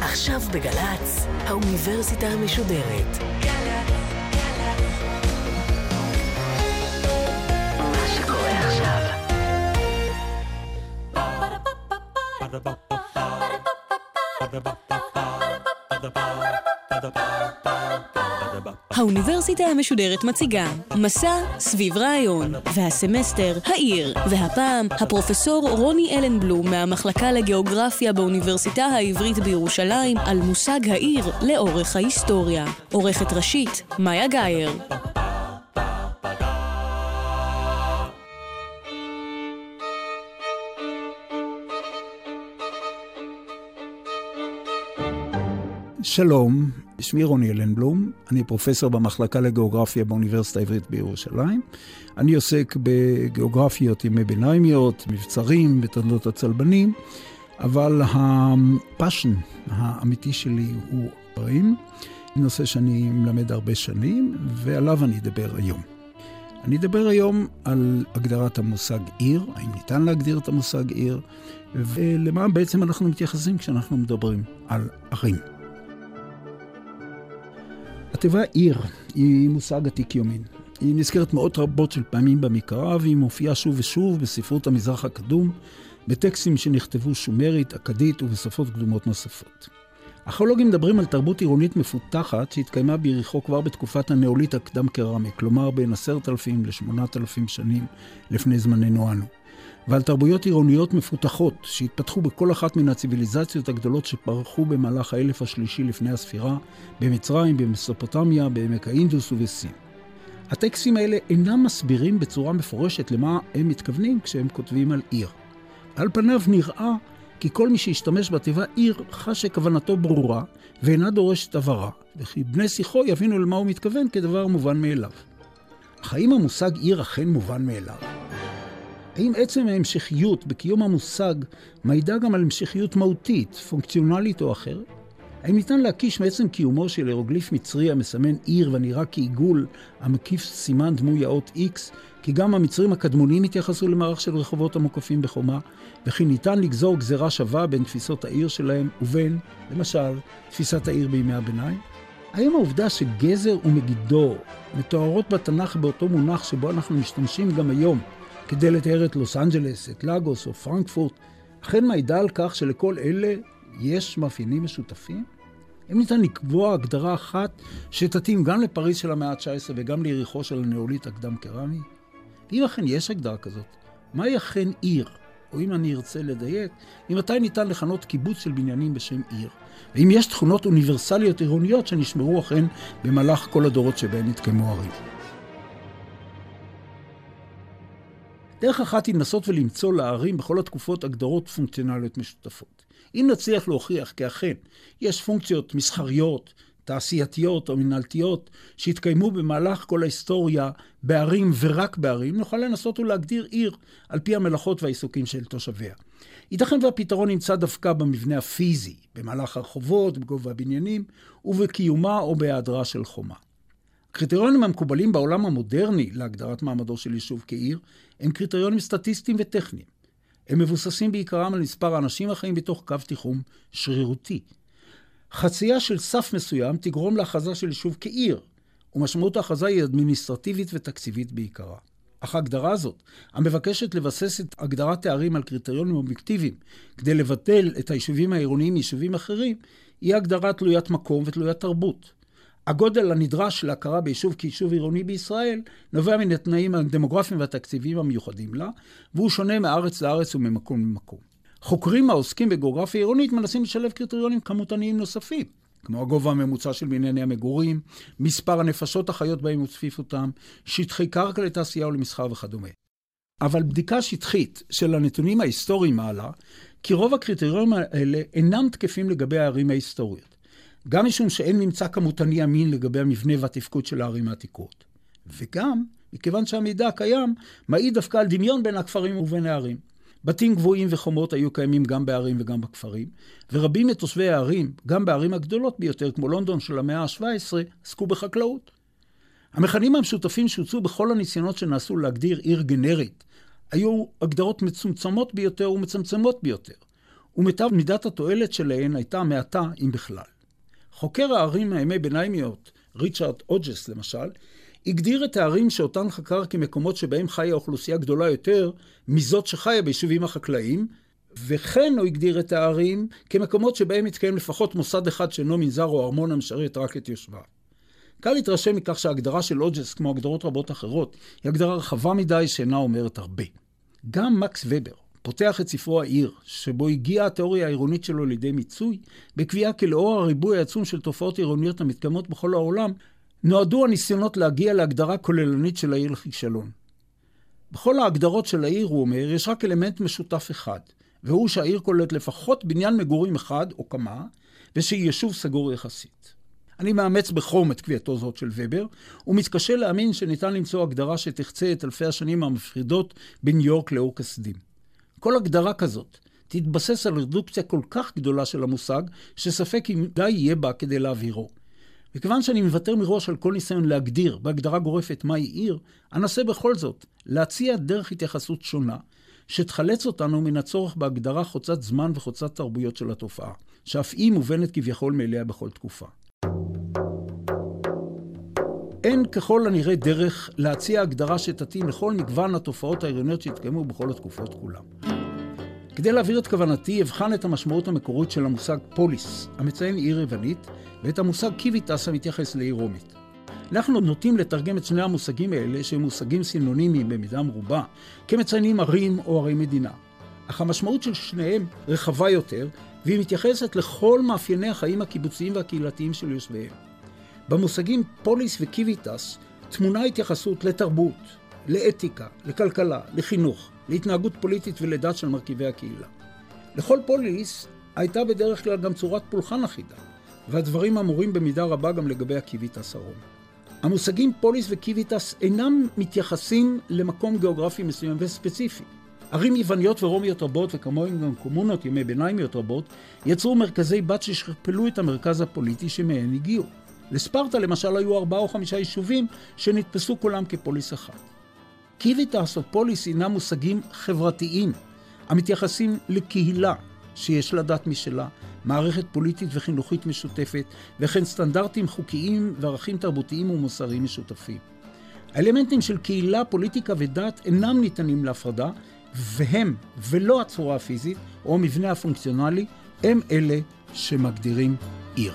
עכשיו בגלץ, האוניברסיטה המשודרת. מה שקורה עכשיו. האוניברסיטה המשודרת מציגה מסע סביב רעיון, והסמסטר העיר, והפעם הפרופסור רוני אלנבלום מהמחלקה לגיאוגרפיה באוניברסיטה העברית בירושלים על מושג העיר לאורך ההיסטוריה. עורכת ראשית מאיה גייר. שלום, שמי רוני אלנבלום, אני פרופסור במחלקה לגיאוגרפיה באוניברסיטה העברית בירושלים. אני עוסק בגיאוגרפיות ימי ביניימיות, מבצרים, בתולדות הצלבנים, אבל הפשן האמיתי שלי הוא ערים, נושא שאני מלמד הרבה שנים, ועליו אני אדבר היום. אני אדבר היום על הגדרת המושג עיר, האם ניתן להגדיר את המושג עיר, ולמה בעצם אנחנו מתייחסים כשאנחנו מדברים על ערים. התיבה עיר היא מושג עתיק יומין. היא נזכרת מאות רבות של פעמים במקרא, והיא מופיעה שוב ושוב בספרות המזרח הקדום, בטקסטים שנכתבו שומרית, אכדית ובשפות קדומות נוספות. ארכיאולוגים מדברים על תרבות עירונית מפותחת שהתקיימה ביריחו כבר בתקופת הנאוליט הקדם קרמי, כלומר בין 10,000 ל-8,000 שנים לפני זמננו אנו. ועל תרבויות עירוניות מפותחות שהתפתחו בכל אחת מן הציביליזציות הגדולות שפרחו במהלך האלף השלישי לפני הספירה, במצרים, במסופוטמיה, בעמק האינדוס ובסין. הטקסטים האלה אינם מסבירים בצורה מפורשת למה הם מתכוונים כשהם כותבים על עיר. על פניו נראה כי כל מי שישתמש בתיבה עיר חש שכוונתו ברורה ואינה דורשת הבהרה, וכי בני שיחו יבינו למה הוא מתכוון כדבר מובן מאליו. אך האם המושג עיר אכן מובן מאליו? האם עצם ההמשכיות בקיום המושג מעידה גם על המשכיות מהותית, פונקציונלית או אחרת? האם ניתן להקיש מעצם קיומו של הירוגליף מצרי המסמן עיר ונראה כעיגול המקיף סימן דמוי האות X, כי גם המצרים הקדמונים התייחסו למערך של רחובות המוקפים בחומה, וכי ניתן לגזור גזרה שווה בין תפיסות העיר שלהם ובין, למשל, תפיסת העיר בימי הביניים? האם העובדה שגזר ומגידו מתוארות בתנ"ך באותו מונח שבו אנחנו משתמשים גם היום, כדי לתאר את לוס אנג'לס, את לגוס או פרנקפורט, אכן מעידה על כך שלכל אלה יש מאפיינים משותפים? אם ניתן לקבוע הגדרה אחת שתתאים גם לפריז של המאה ה-19 וגם ליריחו של הנאוליט הקדם קרמי? ואם אכן יש הגדרה כזאת, מהי אכן עיר? או אם אני ארצה לדייק, ממתי ניתן לכנות קיבוץ של בניינים בשם עיר? ואם יש תכונות אוניברסליות עירוניות שנשמרו אכן במהלך כל הדורות שבהן התקיימו ערים? דרך אחת היא לנסות ולמצוא לערים בכל התקופות הגדרות פונקציונליות משותפות. אם נצליח להוכיח כי אכן יש פונקציות מסחריות, תעשייתיות או מנהלתיות שהתקיימו במהלך כל ההיסטוריה בערים ורק בערים, נוכל לנסות ולהגדיר עיר על פי המלאכות והעיסוקים של תושביה. ייתכן והפתרון נמצא דווקא במבנה הפיזי, במהלך הרחובות, בגובה הבניינים ובקיומה או בהיעדרה של חומה. הקריטריונים המקובלים בעולם המודרני להגדרת מעמדו של יישוב כעיר הם קריטריונים סטטיסטיים וטכניים. הם מבוססים בעיקרם על מספר האנשים החיים בתוך קו תיחום שרירותי. חצייה של סף מסוים תגרום להכרזה של יישוב כעיר, ומשמעות ההכרזה היא אדמיניסטרטיבית ותקציבית בעיקרה. אך ההגדרה הזאת, המבקשת לבסס את הגדרת הערים על קריטריונים אובייקטיביים כדי לבטל את היישובים העירוניים מיישובים אחרים, היא הגדרה תלוית מקום ותלוית תרבות. הגודל הנדרש להכרה ביישוב כיישוב עירוני בישראל נובע מן התנאים הדמוגרפיים והתקציביים המיוחדים לה, והוא שונה מארץ לארץ וממקום למקום. חוקרים העוסקים בגיאוגרפיה עירונית מנסים לשלב קריטריונים כמותניים נוספים, כמו הגובה הממוצע של בנייני המגורים, מספר הנפשות החיות בהם וצפיפותם, שטחי קרקע לתעשייה ולמסחר וכדומה. אבל בדיקה שטחית של הנתונים ההיסטוריים מעלה, כי רוב הקריטריונים האלה אינם תקפים לגבי הערים ההיסטוריות. גם משום שאין ממצא כמותני אמין לגבי המבנה והתפקוד של הערים העתיקות. וגם מכיוון שהמידע הקיים מעיד דווקא על דמיון בין הכפרים ובין הערים. בתים גבוהים וחומות היו קיימים גם בערים וגם בכפרים, ורבים מתושבי הערים, גם בערים הגדולות ביותר כמו לונדון של המאה ה-17, עסקו בחקלאות. המכנים המשותפים שהוצאו בכל הניסיונות שנעשו להגדיר עיר גנרית, היו הגדרות מצומצמות ביותר ומצמצמות ביותר. ומיטב מידת התועלת שלהן הייתה מעטה אם בכלל. חוקר הערים הימי ביניימיות, ריצ'רד אוג'ס למשל, הגדיר את הערים שאותן חקר כמקומות שבהם חיה אוכלוסייה גדולה יותר מזאת שחיה ביישובים החקלאיים, וכן הוא הגדיר את הערים כמקומות שבהם מתקיים לפחות מוסד אחד שאינו מנזר או ארמון המשרת רק את יושביו. קל להתרשם מכך שההגדרה של אוג'ס, כמו הגדרות רבות אחרות, היא הגדרה רחבה מדי שאינה אומרת הרבה. גם מקס ובר פותח את ספרו העיר, שבו הגיעה התיאוריה העירונית שלו לידי מיצוי, בקביעה כי לאור הריבוי העצום של תופעות עירוניות המתקיימות בכל העולם, נועדו הניסיונות להגיע להגדרה כוללנית של העיר לכישלון. בכל ההגדרות של העיר, הוא אומר, יש רק אלמנט משותף אחד, והוא שהעיר כוללת לפחות בניין מגורים אחד או כמה, ושהיא יישוב סגור יחסית. אני מאמץ בחום את קביעתו זאת של ובר, ומתקשה להאמין שניתן למצוא הגדרה שתחצה את אלפי השנים המפרידות בין ניו יורק לאור כסדים. כל הגדרה כזאת תתבסס על רדוקציה כל כך גדולה של המושג, שספק אם די יהיה בה כדי להבהירו. וכיוון שאני מוותר מראש על כל ניסיון להגדיר בהגדרה גורפת מהי עיר, אנסה בכל זאת להציע דרך התייחסות שונה, שתחלץ אותנו מן הצורך בהגדרה חוצת זמן וחוצת תרבויות של התופעה, שאף היא מובנת כביכול מאליה בכל תקופה. אין ככל הנראה דרך להציע הגדרה שתתאים לכל מגוון התופעות העירוניות שהתקיימו בכל התקופות כולם. כדי להעביר את כוונתי, אבחן את המשמעות המקורית של המושג פוליס, המציין עיר יוונית, ואת המושג קיביטס המתייחס לעיר רומית. אנחנו נוטים לתרגם את שני המושגים האלה, שהם מושגים סינונימיים במידה מרובה, כמציינים ערים או ערי מדינה. אך המשמעות של שניהם רחבה יותר, והיא מתייחסת לכל מאפייני החיים הקיבוציים והקהילתיים של יושביהם. במושגים פוליס וקיביטס תמונה התייחסות לתרבות, לאתיקה, לכלכלה, לחינוך, להתנהגות פוליטית ולדת של מרכיבי הקהילה. לכל פוליס הייתה בדרך כלל גם צורת פולחן אחידה, והדברים אמורים במידה רבה גם לגבי הקיביטס הרומי. המושגים פוליס וקיביטס אינם מתייחסים למקום גיאוגרפי מסוים וספציפי. ערים יווניות ורומיות רבות, וכמוהם גם קומונות ימי ביניימיות רבות, יצרו מרכזי בת ששכפלו את המרכז הפוליטי שמהם הגיעו. לספרטה למשל היו 4 או 5 יישובים שנתפסו כולם כפוליס אחד. קיביטס או פוליס אינם מושגים חברתיים, המתייחסים לקהילה שיש לה דת משלה, מערכת פוליטית וחינוכית משותפת, וכן סטנדרטים חוקיים וערכים תרבותיים ומוסריים משותפים. האלמנטים של קהילה, פוליטיקה ודת אינם ניתנים להפרדה, והם, ולא הצורה הפיזית או המבנה הפונקציונלי, הם אלה שמגדירים עיר.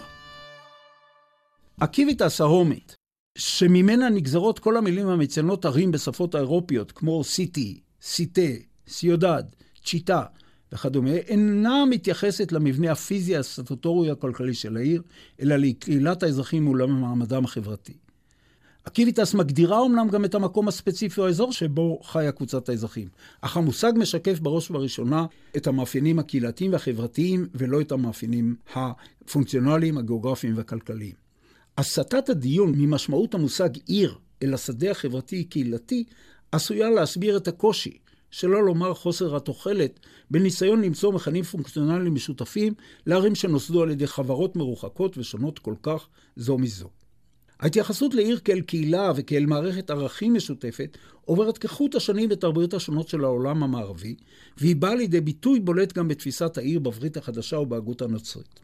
הקיביטס הרומית, שממנה נגזרות כל המילים המציינות ערים בשפות האירופיות, כמו סיטי, סיטה, סיודד, צ'יטה וכדומה, אינה מתייחסת למבנה הפיזי הסטטוטורי הכלכלי של העיר, אלא לקהילת האזרחים ולמעמדם החברתי. הקיביטס מגדירה אומנם גם את המקום הספציפי או האזור שבו חיה קבוצת האזרחים, אך המושג משקף בראש ובראשונה את המאפיינים הקהילתיים והחברתיים, ולא את המאפיינים הפונקציונליים, הגיאוגרפיים והכלכליים. הסטת הדיון ממשמעות המושג עיר אל השדה החברתי-קהילתי עשויה להסביר את הקושי, שלא לומר חוסר התוחלת, בניסיון למצוא מכנים פונקציונליים משותפים לערים שנוסדו על ידי חברות מרוחקות ושונות כל כך זו מזו. ההתייחסות לעיר כאל קהילה וכאל מערכת ערכים משותפת עוברת כחוט השנים בתרבויות השונות של העולם המערבי, והיא באה לידי ביטוי בולט גם בתפיסת העיר בברית החדשה ובהגות הנוצרית.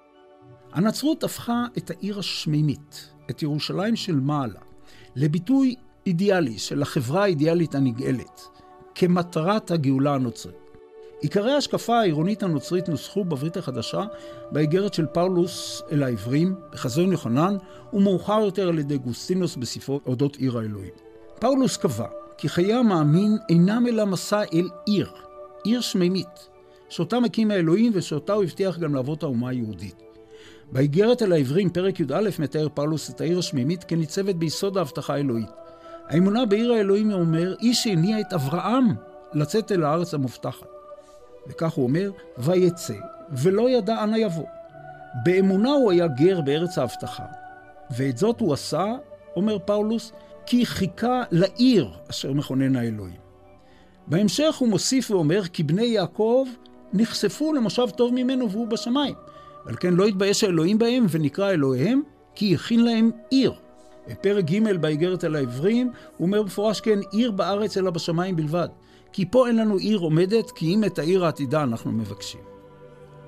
הנצרות הפכה את העיר השמימית, את ירושלים של מעלה, לביטוי אידיאלי של החברה האידיאלית הנגאלת, כמטרת הגאולה הנוצרית. עיקרי ההשקפה העירונית הנוצרית נוסחו בברית החדשה באיגרת של פאולוס אל העברים, בחזון יוחנן, ומאוחר יותר על ידי אוגוסטינוס בספרו אודות עיר האלוהים. פאולוס קבע כי חיי המאמין אינם אלא מסע אל עיר, עיר שמימית, שאותה מקים האלוהים ושאותה הוא הבטיח גם לאבות האומה היהודית. באיגרת אל העברים, פרק י"א, מתאר פאולוס את העיר השמימית כניצבת ביסוד ההבטחה האלוהית. האמונה בעיר האלוהים אומר, איש שהניע את אברהם לצאת אל הארץ המובטחת. וכך הוא אומר, ויצא, ולא ידע אנה יבוא. באמונה הוא היה גר בארץ ההבטחה. ואת זאת הוא עשה, אומר פאולוס, כי חיכה לעיר אשר מכונן האלוהים. בהמשך הוא מוסיף ואומר, כי בני יעקב נחשפו למושב טוב ממנו והוא בשמיים. ועל כן לא התבייש האלוהים בהם ונקרא אלוהיהם, כי הכין להם עיר. בפרק ג' באיגרת אל העברים, הוא אומר בפורש כן, עיר בארץ אלא בשמיים בלבד. כי פה אין לנו עיר עומדת, כי אם את העיר העתידה אנחנו מבקשים.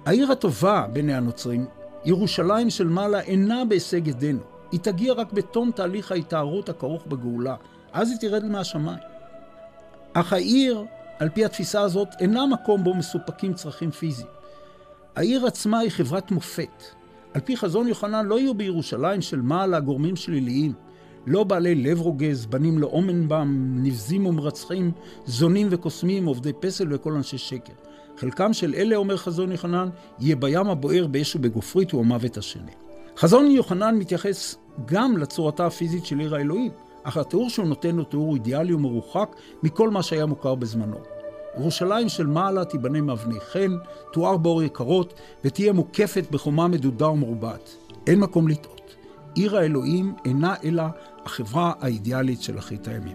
העיר הטובה בעיני הנוצרים, ירושלים של מעלה, אינה בהישג ידינו. היא תגיע רק בתום תהליך ההתארות הכרוך בגאולה. אז היא תרד מהשמיים. אך העיר, על פי התפיסה הזאת, אינה מקום בו מסופקים צרכים פיזיים. העיר עצמה היא חברת מופת. על פי חזון יוחנן לא יהיו בירושלים של מעלה גורמים שליליים, לא בעלי לב רוגז, בנים לא אומן בם, נבזים ומרצחים, זונים וקוסמים, עובדי פסל וכל אנשי שקר. חלקם של אלה, אומר חזון יוחנן, יהיה בים הבוער באש ובגופרית והמוות השני. חזון יוחנן מתייחס גם לצורתה הפיזית של עיר האלוהים, אך התיאור שהוא נותן הוא תיאור אידיאלי ומרוחק מכל מה שהיה מוכר בזמנו. ירושלים של מעלה תיבנה מאבני חן, תואר באור יקרות ותהיה מוקפת בחומה מדודה ומרובעת. אין מקום לטעות. עיר האלוהים אינה אלא החברה האידיאלית של אחרית הימים.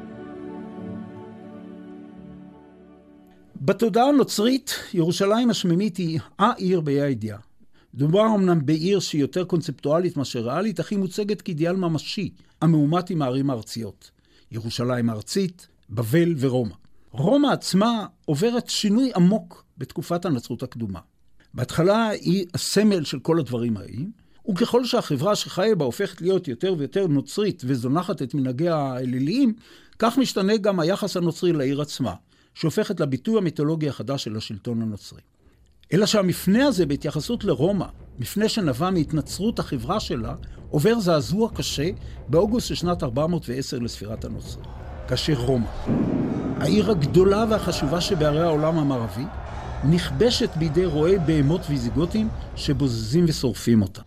בתודעה הנוצרית, ירושלים השמימית היא העיר באי הידיעה. דובר אמנם בעיר שהיא יותר קונספטואלית מאשר ריאלית, אך היא מוצגת כאידיאל ממשי, המאומת עם הערים הארציות. ירושלים הארצית, בבל ורומא. רומא עצמה עוברת שינוי עמוק בתקופת הנצרות הקדומה. בהתחלה היא הסמל של כל הדברים האלה, וככל שהחברה שחיה בה הופכת להיות יותר ויותר נוצרית וזונחת את מנהגיה האליליים, כך משתנה גם היחס הנוצרי לעיר עצמה, שהופכת לביטוי המיתולוגי החדש של השלטון הנוצרי. אלא שהמפנה הזה בהתייחסות לרומא, מפנה שנבע מהתנצרות החברה שלה, עובר זעזוע קשה באוגוסט של שנת 410 לספירת הנוצרים. כאשר רומא, העיר הגדולה והחשובה שבערי העולם המערבי, נכבשת בידי רועי בהמות ויזיגותים שבוזזים ושורפים אותה.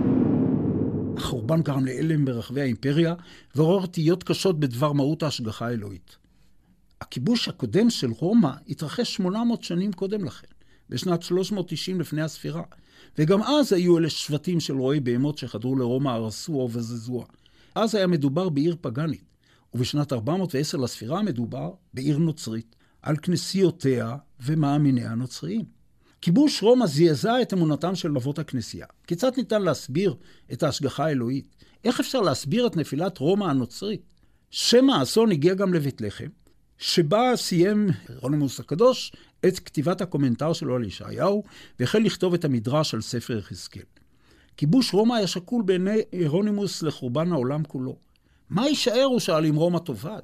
החורבן גרם לאלם ברחבי האימפריה ועורר תהיות קשות בדבר מהות ההשגחה האלוהית. הכיבוש הקודם של רומא התרחש 800 שנים קודם לכן, בשנת 390 לפני הספירה, וגם אז היו אלה שבטים של רועי בהמות שחדרו לרומא, הרסוה ובזזוה. אז היה מדובר בעיר פגנית, ובשנת 410 לספירה מדובר בעיר נוצרית, על כנסיותיה ומאמיניה הנוצריים. כיבוש רומא זעזע את אמונתם של אבות הכנסייה. כיצד ניתן להסביר את ההשגחה האלוהית? איך אפשר להסביר את נפילת רומא הנוצרית? שם האסון הגיע גם לבית לחם, שבה סיים הירonymus הקדוש את כתיבת הקומנטר שלו על ישעיהו, והחל לכתוב את המדרש על ספר יחזקאל. כיבוש רומא היה שקול בעיני הירonymus לחורבן העולם כולו. מה יישאר, הוא שאל, אם רומא תאבד?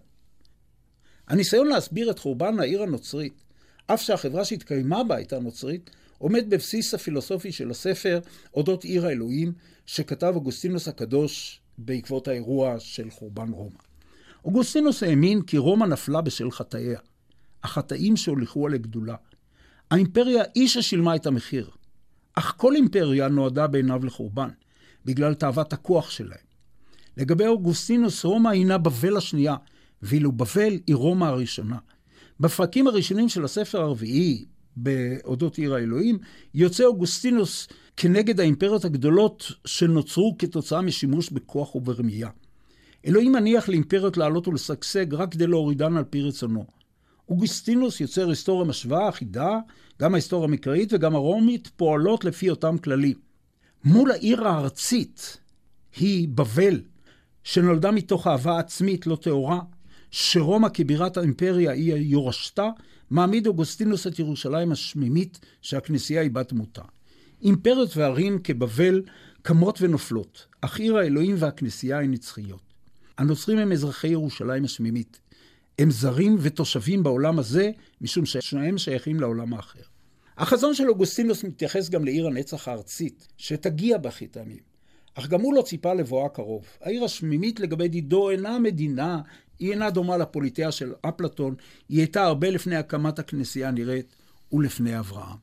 הניסיון להסביר את חורבן העיר הנוצרית, אף שהחברה שהתקיימה בה הייתה נוצרית, עומד בבסיס הפילוסופי של הספר אודות עיר האלוהים, שכתב אוגוסטינוס הקדוש בעקבות האירוע של חורבן רומא. אוגוסטינוס האמין כי רומא נפלה בשל חטאיה, החטאים שהוליכו עליה גדולה. האימפריה היא ששילמה את המחיר, אך כל אימפריה נועדה בעיניו לחורבן, בגלל תאוות הכוח שלהם. לגבי אוגוסטינוס, רומא הינה בבל השנייה, ואילו בבל היא רומא הראשונה. בפרקים הראשונים של הספר הרביעי, באודות עיר האלוהים, יוצא אוגוסטינוס כנגד האימפריות הגדולות שנוצרו כתוצאה משימוש בכוח וברמייה. אלוהים מניח לאימפריות לעלות ולשגשג רק כדי להורידן על פי רצונו. אוגוסטינוס יוצר היסטוריה משוואה אחידה, גם ההיסטוריה המקראית וגם הרומית פועלות לפי אותם כללים. מול העיר הארצית היא בבל, שנולדה מתוך אהבה עצמית לא טהורה, שרומא כבירת האימפריה היא יורשתה, מעמיד אוגוסטינוס את ירושלים השמימית שהכנסייה היא בת מותה. אימפריות וערים כבבל קמות ונופלות, אך עיר האלוהים והכנסייה הן נצחיות. הנוצרים הם אזרחי ירושלים השמימית. הם זרים ותושבים בעולם הזה, משום ששניהם שייכים לעולם האחר. החזון של אוגוסטינוס מתייחס גם לעיר הנצח הארצית, שתגיע באחרית הימים. אך גם הוא לא ציפה לבואה קרוב. העיר השמימית לגבי דידו אינה מדינה, היא אינה דומה לפוליטאה של אפלטון, היא הייתה הרבה לפני הקמת הכנסייה הנראית ולפני אברהם.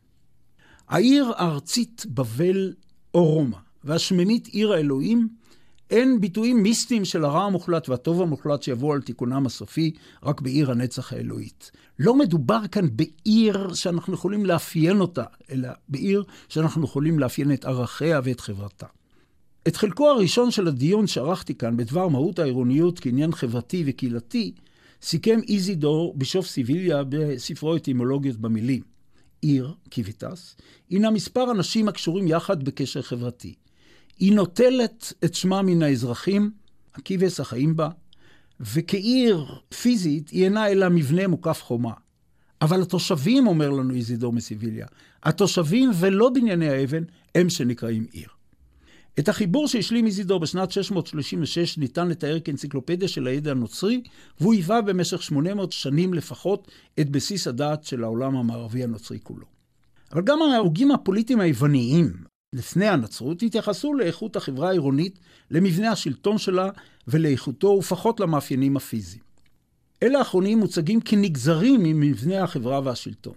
העיר הארצית בבל או רומא, והשמימית עיר האלוהים, אין ביטויים מיסטיים של הרע המוחלט והטוב המוחלט שיבוא על תיקונם הסופי, רק בעיר הנצח האלוהית. לא מדובר כאן בעיר שאנחנו יכולים לאפיין אותה, אלא בעיר שאנחנו יכולים לאפיין את ערכיה ואת חברתה. את חלקו הראשון של הדיון שערכתי כאן בדבר מהות העירוניות כעניין חברתי וקהילתי, סיכם איזידור בישוף סיביליה בספרו אטימולוגיות במילים. עיר, קיביטס, הינה מספר אנשים הקשורים יחד בקשר חברתי. היא נוטלת את שמה מן האזרחים, הקיבס החיים בה, וכעיר פיזית היא אינה אלא מבנה מוקף חומה. אבל התושבים, אומר לנו איזידור מסיביליה, התושבים ולא בנייני האבן הם שנקראים עיר. את החיבור שהשלים איזידור בשנת 636 ניתן לתאר כאנציקלופדיה של הידע הנוצרי, והוא היווה במשך 800 שנים לפחות את בסיס הדעת של העולם המערבי הנוצרי כולו. אבל גם ההוגים הפוליטיים היווניים לפני הנצרות התייחסו לאיכות החברה העירונית, למבנה השלטון שלה ולאיכותו ופחות למאפיינים הפיזיים. אלה האחרונים מוצגים כנגזרים ממבנה החברה והשלטון.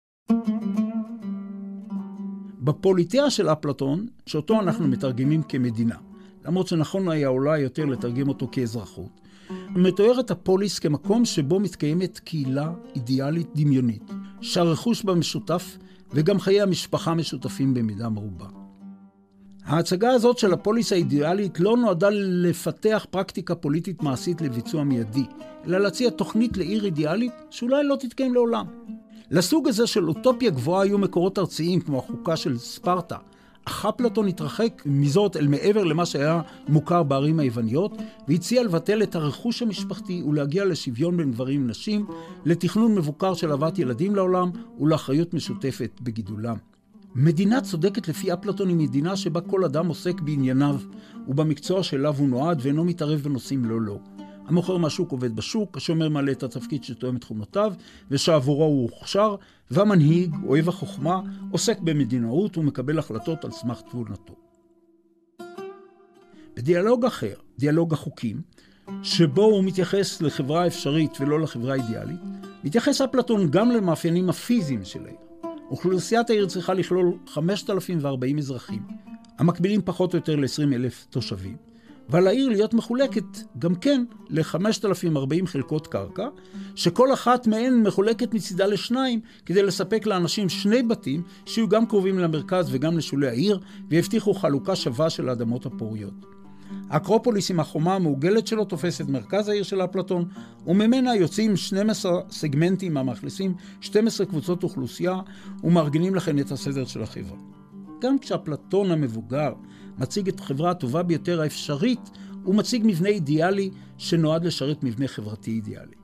בפוליטאה של אפלטון, שאותו אנחנו מתרגמים כמדינה, למרות שנכון היה אולי יותר לתרגם אותו כאזרחות, מתוארת הפוליס כמקום שבו מתקיימת קהילה אידיאלית דמיונית, שהרכוש בה משותף וגם חיי המשפחה משותפים במידה מרובה. ההצגה הזאת של הפוליס האידיאלית לא נועדה לפתח פרקטיקה פוליטית מעשית לביצוע מיידי, אלא להציע תוכנית לעיר אידיאלית שאולי לא תתקיים לעולם. לסוג הזה של אוטופיה גבוהה היו מקורות ארציים כמו החוקה של ספרטה, אך אפלטון התרחק מזאת אל מעבר למה שהיה מוכר בערים היווניות, והציע לבטל את הרכוש המשפחתי ולהגיע לשוויון בין גברים ונשים, לתכנון מבוקר של הבאת ילדים לעולם ולאחריות משותפת בגידולם. מדינה צודקת לפי אפלטון היא מדינה שבה כל אדם עוסק בענייניו ובמקצוע שאליו הוא נועד ואינו מתערב בנושאים לא. המוכר מהשוק עובד בשוק, השומר מעלה את התפקיד שתואם את תכונותיו ושעבורו הוא הוכשר, והמנהיג, אוהב החוכמה, עוסק במדינאות ומקבל החלטות על סמך תבונתו. בדיאלוג אחר, דיאלוג החוקים, שבו הוא מתייחס לחברה אפשרית ולא לחברה אידיאלית, מתייחס אפלטון גם למאפיינים הפיזיים של העיר. אוכלוסיית העיר צריכה לכלול 5,040 אזרחים, המקבילים פחות או יותר ל-20,000 תושבים, ועל העיר להיות מחולקת גם כן ל-5,040 חלקות קרקע, שכל אחת מהן מחולקת מצידה לשניים, כדי לספק לאנשים שני בתים שיהיו גם קרובים למרכז וגם לשולי העיר, ויבטיחו חלוקה שווה של האדמות הפוריות. האקרופוליס עם החומה המעוגלת שלו תופס את מרכז העיר של אפלטון, וממנה יוצאים 12 סגמנטים המאכלסים 12 קבוצות אוכלוסייה, ומארגנים לכן את הסדר של החברה. גם כשאפלטון המבוגר מציג את החברה הטובה ביותר האפשרית, הוא מציג מבנה אידיאלי שנועד לשרת מבנה חברתי אידיאלי.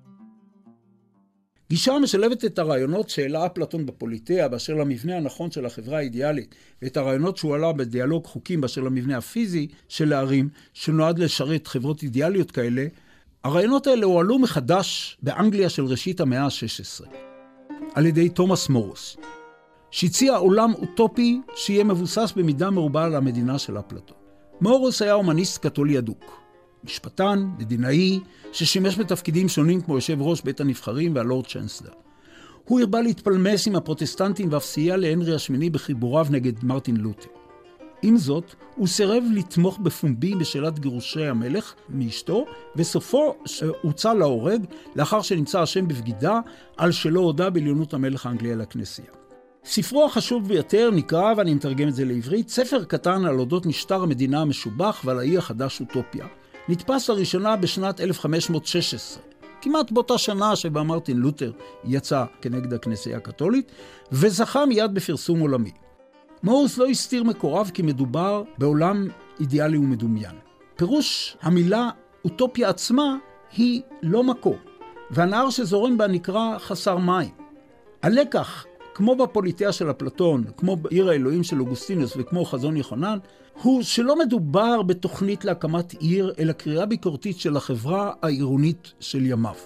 גישה משלבת את הרעיונות שהעלה אפלטון בפוליטאה באשר למבנה הנכון של החברה האידיאלית, ואת הרעיונות שהוא עלה בדיאלוג חוקים באשר למבנה הפיזי של הערים, שנועד לשרת חברות אידיאליות כאלה. הרעיונות האלה הועלו מחדש באנגליה של ראשית המאה ה-16, על ידי תומאס מורוס, שהציע עולם אוטופי שיהיה מבוסס במידה מרובה על המדינה של אפלטון. מורוס היה הומניסט קתולי אדוק, משפטן, מדינאי, ששימש בתפקידים שונים כמו יושב ראש בית הנבחרים והלורד צ'נסלר. הוא הרבה להתפלמס עם הפרוטסטנטים ואף סייע להנרי השמיני בחיבוריו נגד מרטין לותר. עם זאת, הוא סירב לתמוך בפומבי בשאלת גירושי המלך מאשתו, וסופו שהוצא להורג לאחר שנמצא השם בבגידה על שלא הודה בעליונות המלך האנגלי על הכנסייה. ספרו החשוב ביותר נקרא, ואני מתרגם את זה לעברית, ספר קטן על אודות משטר המדינה המשובח ועל האי החדש אוטופיה. נתפס לראשונה בשנת 1516, כמעט באותה שנה שבה מרטין לותר יצא כנגד הכנסייה הקתולית, וזכה מיד בפרסום עולמי. מורוס לא הסתיר מקוריו כי מדובר בעולם אידיאלי ומדומיין. פירוש המילה אוטופיה עצמה היא לא מקום, והנהר שזורם בה נקרא חסר מים. הלקח, כמו בפוליטאה של אפלטון, כמו בעיר האלוהים של אוגוסטינוס וכמו חזון יוחנן, הוא שלא מדובר בתוכנית להקמת עיר, אלא קריאה ביקורתית של החברה העירונית של ימיו.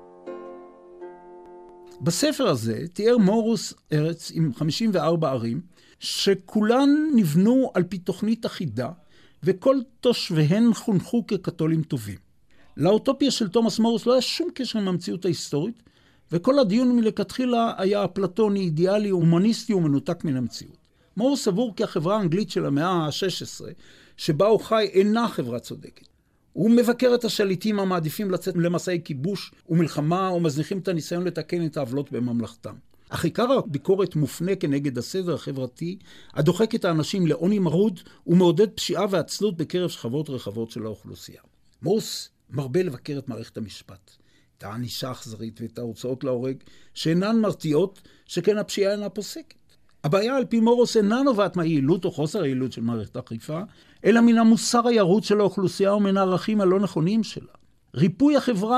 בספר הזה תיאר מורוס ארץ עם 54 ערים, שכולן נבנו על פי תוכנית אחידה, וכל תושביהן חונכו כקתולים טובים. לאוטופיה של תומאס מורוס לא היה שום קשר עם המציאות ההיסטורית, וכל הדיון מלכתחילה היה אפלטוני, אידיאלי, הומניסטי ומנותק מן המציאות. מורוס סבור כי החברה האנגלית של המאה ה-16, שבה הוא חי, אינה חברה צודקת. הוא מבקר את השליטים המעדיפים לצאת למסעי כיבוש ומלחמה, ומזניחים את הניסיון לתקן את העוולות בממלכתם. אך עיקר הביקורת מופנה כנגד הסדר החברתי, הדוחק את האנשים לעוני מרוד, ומעודד פשיעה ועצלות בקרב שכבות רחבות של האוכלוסייה. מורוס מרבה לבקר את מערכת המשפט, את הענישה האכזרית ואת ההוצאות להורג, שאינן מרתיעות, שכן הפשיעה אינה פוסקת. הבעיה על פי מורוס אינה נובעת מהיעילות או חוסר היעילות של מערכת האכיפה, אלא מן המוסר הירוד של האוכלוסייה ומן הערכים הלא נכונים שלה. ריפוי החברה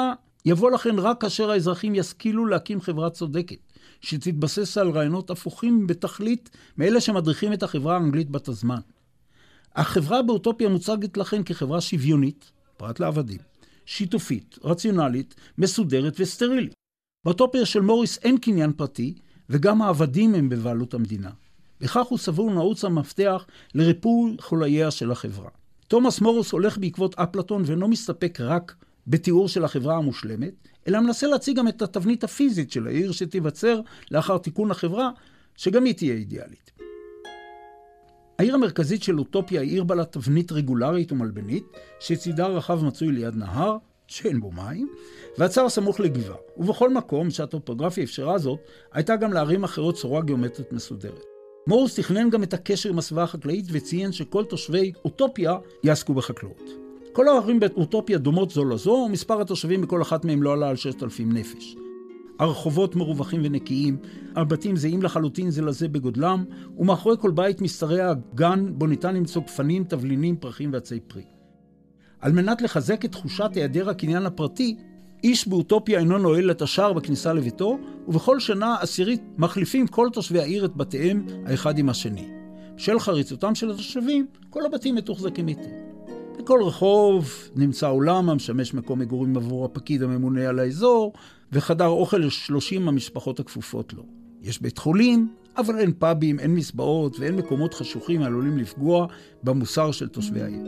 יבוא לכן רק כאשר האזרחים ישכילו להקים חברה צודקת, שתתבסס על רעיונות הפוכים בתכלית מאלה שמדריכים את החברה האנגלית בת הזמן. החברה באוטופיה מוצגת לכן כחברה שוויונית, פרט לעבדים, שיתופית, רציונלית, מסודרת וסטרילית. באוטופיה של מוריס אין קניין פרטי, וגם העבדים הם בבעלות המדינה. בכך הוא סבור נעוץ המפתח לריפוי חולייה של החברה. תומאס מוריס הולך בעקבות אפלטון ואינו מסתפק רק בתיאור של החברה המושלמת, אלא מנסה להציג גם את התבנית הפיזית של העיר שתיווצר לאחר תיקון החברה, שגם היא תהיה אידיאלית. העיר המרכזית של אוטופיה היא עיר בעלת תבנית רגולרית ומלבנית, שצידה רחב מצוי ליד נהר, שאין בו מים, והצר סמוך לגבעה. ובכל מקום שהטופוגרפיה אפשרה זאת, הייתה גם לערים אחרות צורה גיאומטרית מסודרת. מוריס תכנן גם את הקשר עם הסביבה החקלאית וציין שכל תושבי אוטופיה יעסקו בחקלאות. כל הערים באוטופיה דומות זו לזו, ומספר התושבים בכל אחת מהם לא עלה על 6,000 נפש. הרחובות מרווחים ונקיים, הבתים זהים לחלוטין זה לזה בגודלם, ומאחורי כל בית משתרע גן בו ניתן למצוא גפנים, תבלינים, פרחים ועצי פרי. על מנת לחזק את תחושת היעדר הקניין הפרטי, איש באוטופיה אינו נועל את השער בכניסה לביתו, ובכל שנה עשירית מחליפים כל תושבי העיר את בתיהם האחד עם השני. בשל חריצותם של התושבים, כל הבתים מתוחזקים היטב. בכל רחוב נמצא אולם המשמש מקום מגורים עבור הפקיד הממונה על האזור, וחדר אוכל ל30 המשפחות הכפופות לו. יש בית חולים, אבל אין פאבים, אין מסבעות ואין מקומות חשוכים העלולים לפגוע במוסר של תושבי העיר.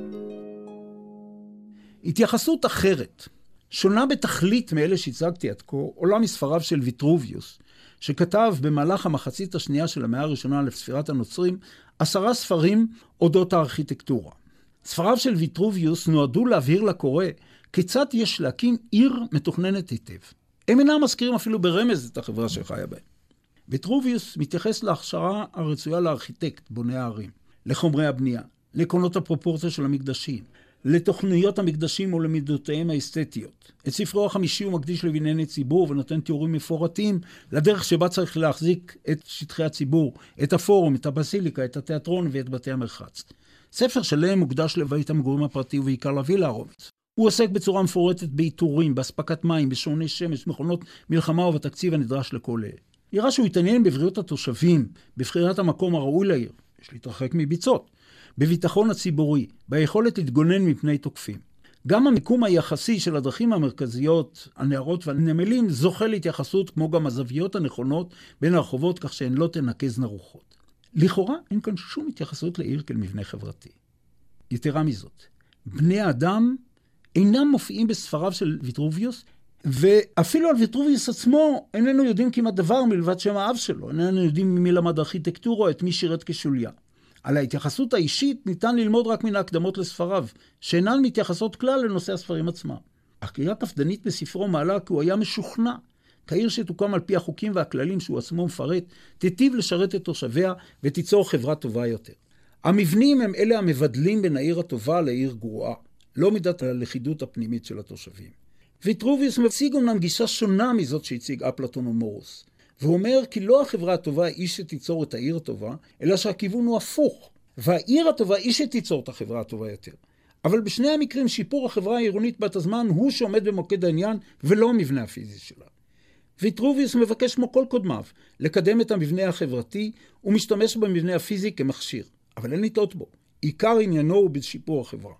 התייחסות אחרת, שונה בתכלית מאלה שהצגתי עד כה, עולה מספריו של ויטרוביוס, שכתב במהלך המחצית השנייה של המאה הראשונה לספירת הנוצרים 10 ספרים אודות הארכיטקטורה. ספריו של ויטרוביוס נועדו להבהיר לקורא כיצד יש להקים עיר מתוכננת היטב. הם אינם מזכירים אפילו ברמז את החברה שחיה בהם. ויטרוביוס מתייחס להכשרה הרצויה לארכיטקט בוני הערים, לחומרי הבנייה, לעקרונות הפרופורציה של המקדשים, לתוכניות המקדשים ולמידותיהם האסתטיות. את ספרו החמישי הוא מקדיש לבנייני ציבור ונותן תיאורים מפורטים לדרך שבה צריך להחזיק את שטחי הציבור, את הפורום, את הבסיליקה, את התיאטרון ואת בתי המרחץ. ספר שלם מוקדש לבית המגורים הפרטי ובעיקר לווילה הרובץ. הוא עוסק בצורה מפורטת באיתורים, בהספקת מים, בשעוני שמש, מכונות מלחמה ובתקציב הנדרש לכל אלה. נראה שהוא התעניין בבריאות התושבים, בבחירת המקום הראוי לעיר, יש להתרחק מביצות, בביטחון הציבורי, ביכולת להתגונן מפני תוקפים. גם המיקום היחסי של הדרכים המרכזיות, הנערות והנמלים, זוכה להתייחסות כמו גם הזוויות הנכונות בין הרחובות כך שהן לא תנקזנה רוחות. לכאורה אין כאן שום התייחסות לעיר כאל מבנה חברתי. יתרה מזאת, בני האדם אינם מופיעים בספריו של ויטרוביוס, ואפילו על ויטרוביוס עצמו איננו יודעים כמעט דבר מלבד שם האב שלו, איננו יודעים ממי למד ארכיטקטורה, את מי שירת כשוליה. על ההתייחסות האישית ניתן ללמוד רק מן ההקדמות לספריו, שאינן מתייחסות כלל לנושא הספרים עצמם. אך קריאה קפדנית בספרו מעלה כי הוא היה משוכנע, כעיר שתוקם על פי החוקים והכללים שהוא עצמו מפרט, תיטיב לשרת את תושביה ותיצור חברה טובה יותר. המבנים הם אלה המבדלים בין העיר הטובה לעיר גרועה, לא מידת הלכידות הפנימית של התושבים. ויטרוביוס מציג אומנם גישה שונה מזאת שהציג אפלטון ומוריס, והוא אומר כי לא החברה הטובה היא שתיצור את העיר הטובה, אלא שהכיוון הוא הפוך, והעיר הטובה היא שתיצור את החברה הטובה יותר. אבל בשני המקרים שיפור החברה העירונית בת הזמן הוא שעומד במוקד העניין ולא המבנה הפיזי שלה. ויטרוביוס מבקש כמו כל קודמיו לקדם את המבנה החברתי ומשתמש במבנה הפיזי כמכשיר, אבל אין לטעות בו. עיקר עניינו הוא בשיפור החברה.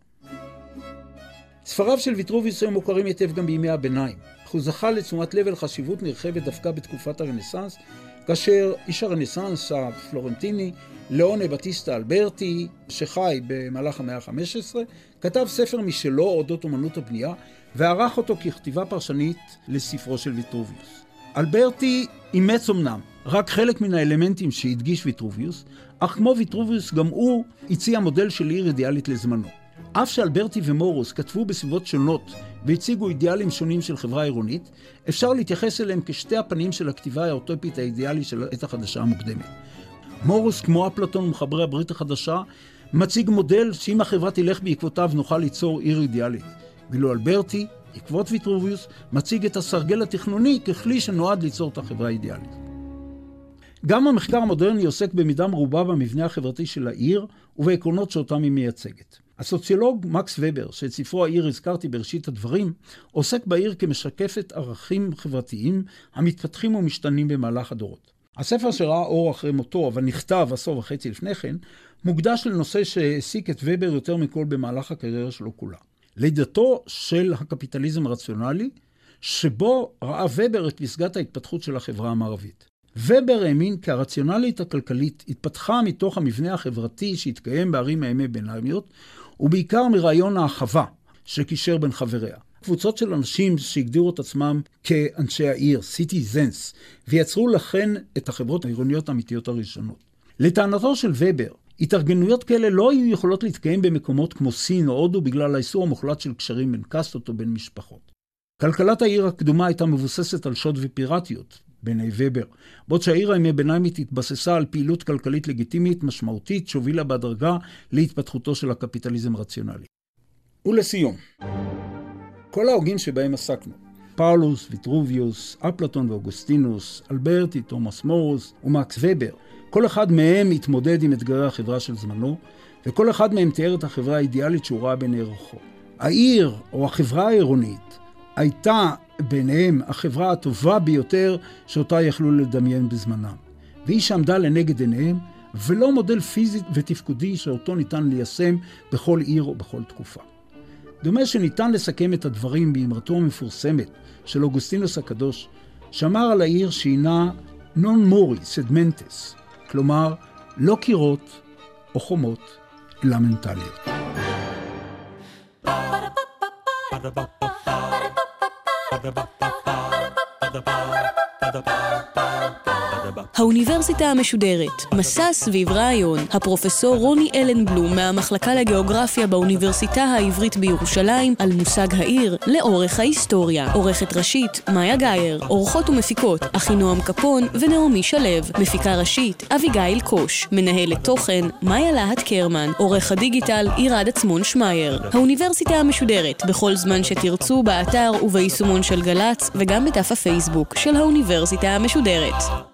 ספריו של ויטרוביוס היו מוכרים היטב גם בימי הביניים. הוא זכה לתשומת לב ולחשיבות נרחבת דווקא בתקופת הרנסנס, כאשר איש הרנסנס הפלורנטיני, לאונה בטיסטה אלברטי, שחי במהלך המאה ה-15, כתב ספר משלו אודות אומנות הבנייה, וערך אותו ככתיבה פרשנית לספרו של ויטרוביוס. אלברטי אימץ אמנם רק חלק מן האלמנטים שהדגיש ויטרוביוס, אך כמו ויטרוביוס גם הוא הציע מודל של עיר אידיאלית לזמנו. אף שאלברטי ומוריס כתבו בסביבות שונות והציגו אידיאלים שונים של חברה עירונית, אפשר להתייחס אליהם כשתי הפנים של הכתיבה האוטופית האידיאלית של העת החדשה המוקדמת. מוריס, כמו אפלטון ומחברי הברית החדשה, מציג מודל שאם החברה תלך בעקבותיו נוכל ליצור עיר אידיאלית. ואילו אלברטי, עקבות ויטרוביוס, מציג את הסרגל התכנוני ככלי שנועד ליצור את החברה האידיאלית. גם המחקר המודרני עוסק במידה מרובה במבנה החברתי של העיר ובעקרונות שאותם היא מייצגת. הסוציולוג מקס ובר, שאת ספרו העיר הזכרתי בראשית הדברים, עוסק בעיר כמשקפת ערכים חברתיים המתפתחים ומשתנים במהלך הדורות. הספר שראה אור אחרי מותו, אבל נכתב עשור וחצי לפני כן, מוקדש לנושא שהעסיק את ובר יותר מכל במהלך הקריירה שלו כולה. לידתו של הקפיטליזם הרציונלי, שבו ראה ובר את פסגת ההתפתחות של החברה המערבית. ובר האמין כי הרציונלית הכלכלית התפתחה מתוך המבנה החברתי שהתקיים בערים הימי ביניים, ובעיקר מרעיון האחווה שקישר בין חבריה. קבוצות של אנשים שהגדירו את עצמם כאנשי העיר, citizens, ויצרו לכן את החברות העירוניות האמיתיות הראשונות. לטענתו של ובר, התארגנויות כאלה לא היו יכולות להתקיים במקומות כמו סין או הודו בגלל האיסור המוחלט של קשרים בין קסטות או בין משפחות. כלכלת העיר הקדומה הייתה מבוססת על שוד ופיראטיות, בעיני ובר, בעוד שהעיר הימי ביניימית התבססה על פעילות כלכלית לגיטימית משמעותית שהובילה בהדרגה להתפתחותו של הקפיטליזם הרציונלי. ולסיום, כל ההוגים שבהם עסקנו, פאולוס, ויטרוביוס, אפלטון ואוגוסטינוס, אלברטי, תומאס מורוס ומקס ובר, כל אחד מהם התמודד עם אתגרי החברה של זמנו, וכל אחד מהם תיאר את החברה האידיאלית שהוא ראה בעיני רוחו. העיר או החברה העירונית הייתה ביניהם החברה הטובה ביותר שאותה יכלו לדמיין בזמנם. והיא שעמדה לנגד עיניהם, ולא מודל פיזי ותפקודי שאותו ניתן ליישם בכל עיר או בכל תקופה. דומה שניתן לסכם את הדברים באמרתו המפורסמת של אוגוסטינוס הקדוש, שאמר על העיר שהינה non mori sed mentes, כלומר לא קירות או חומות, אלא מנטליות. האוניברסיטה המשודרת, מסע סביב רעיון. הפרופסור רוני אלנבלום מהמחלקה לגיאוגרפיה באוניברסיטה העברית בירושלים על מושג העיר לאורך ההיסטוריה. עורכת ראשית, מאיה גייר. עורכות ומפיקות, אחינועם קפון ונעמי שלו. מפיקה ראשית, אביגיל קוש. מנהלת תוכן, מאיה להט קרמן. עורך הדיגיטל, עירד עצמון שמייר. האוניברסיטה המשודרת, בכל זמן שתרצו באתר וביישומון של גלץ וגם בדף הפייסבוק של האוניברסיטה המשודרת.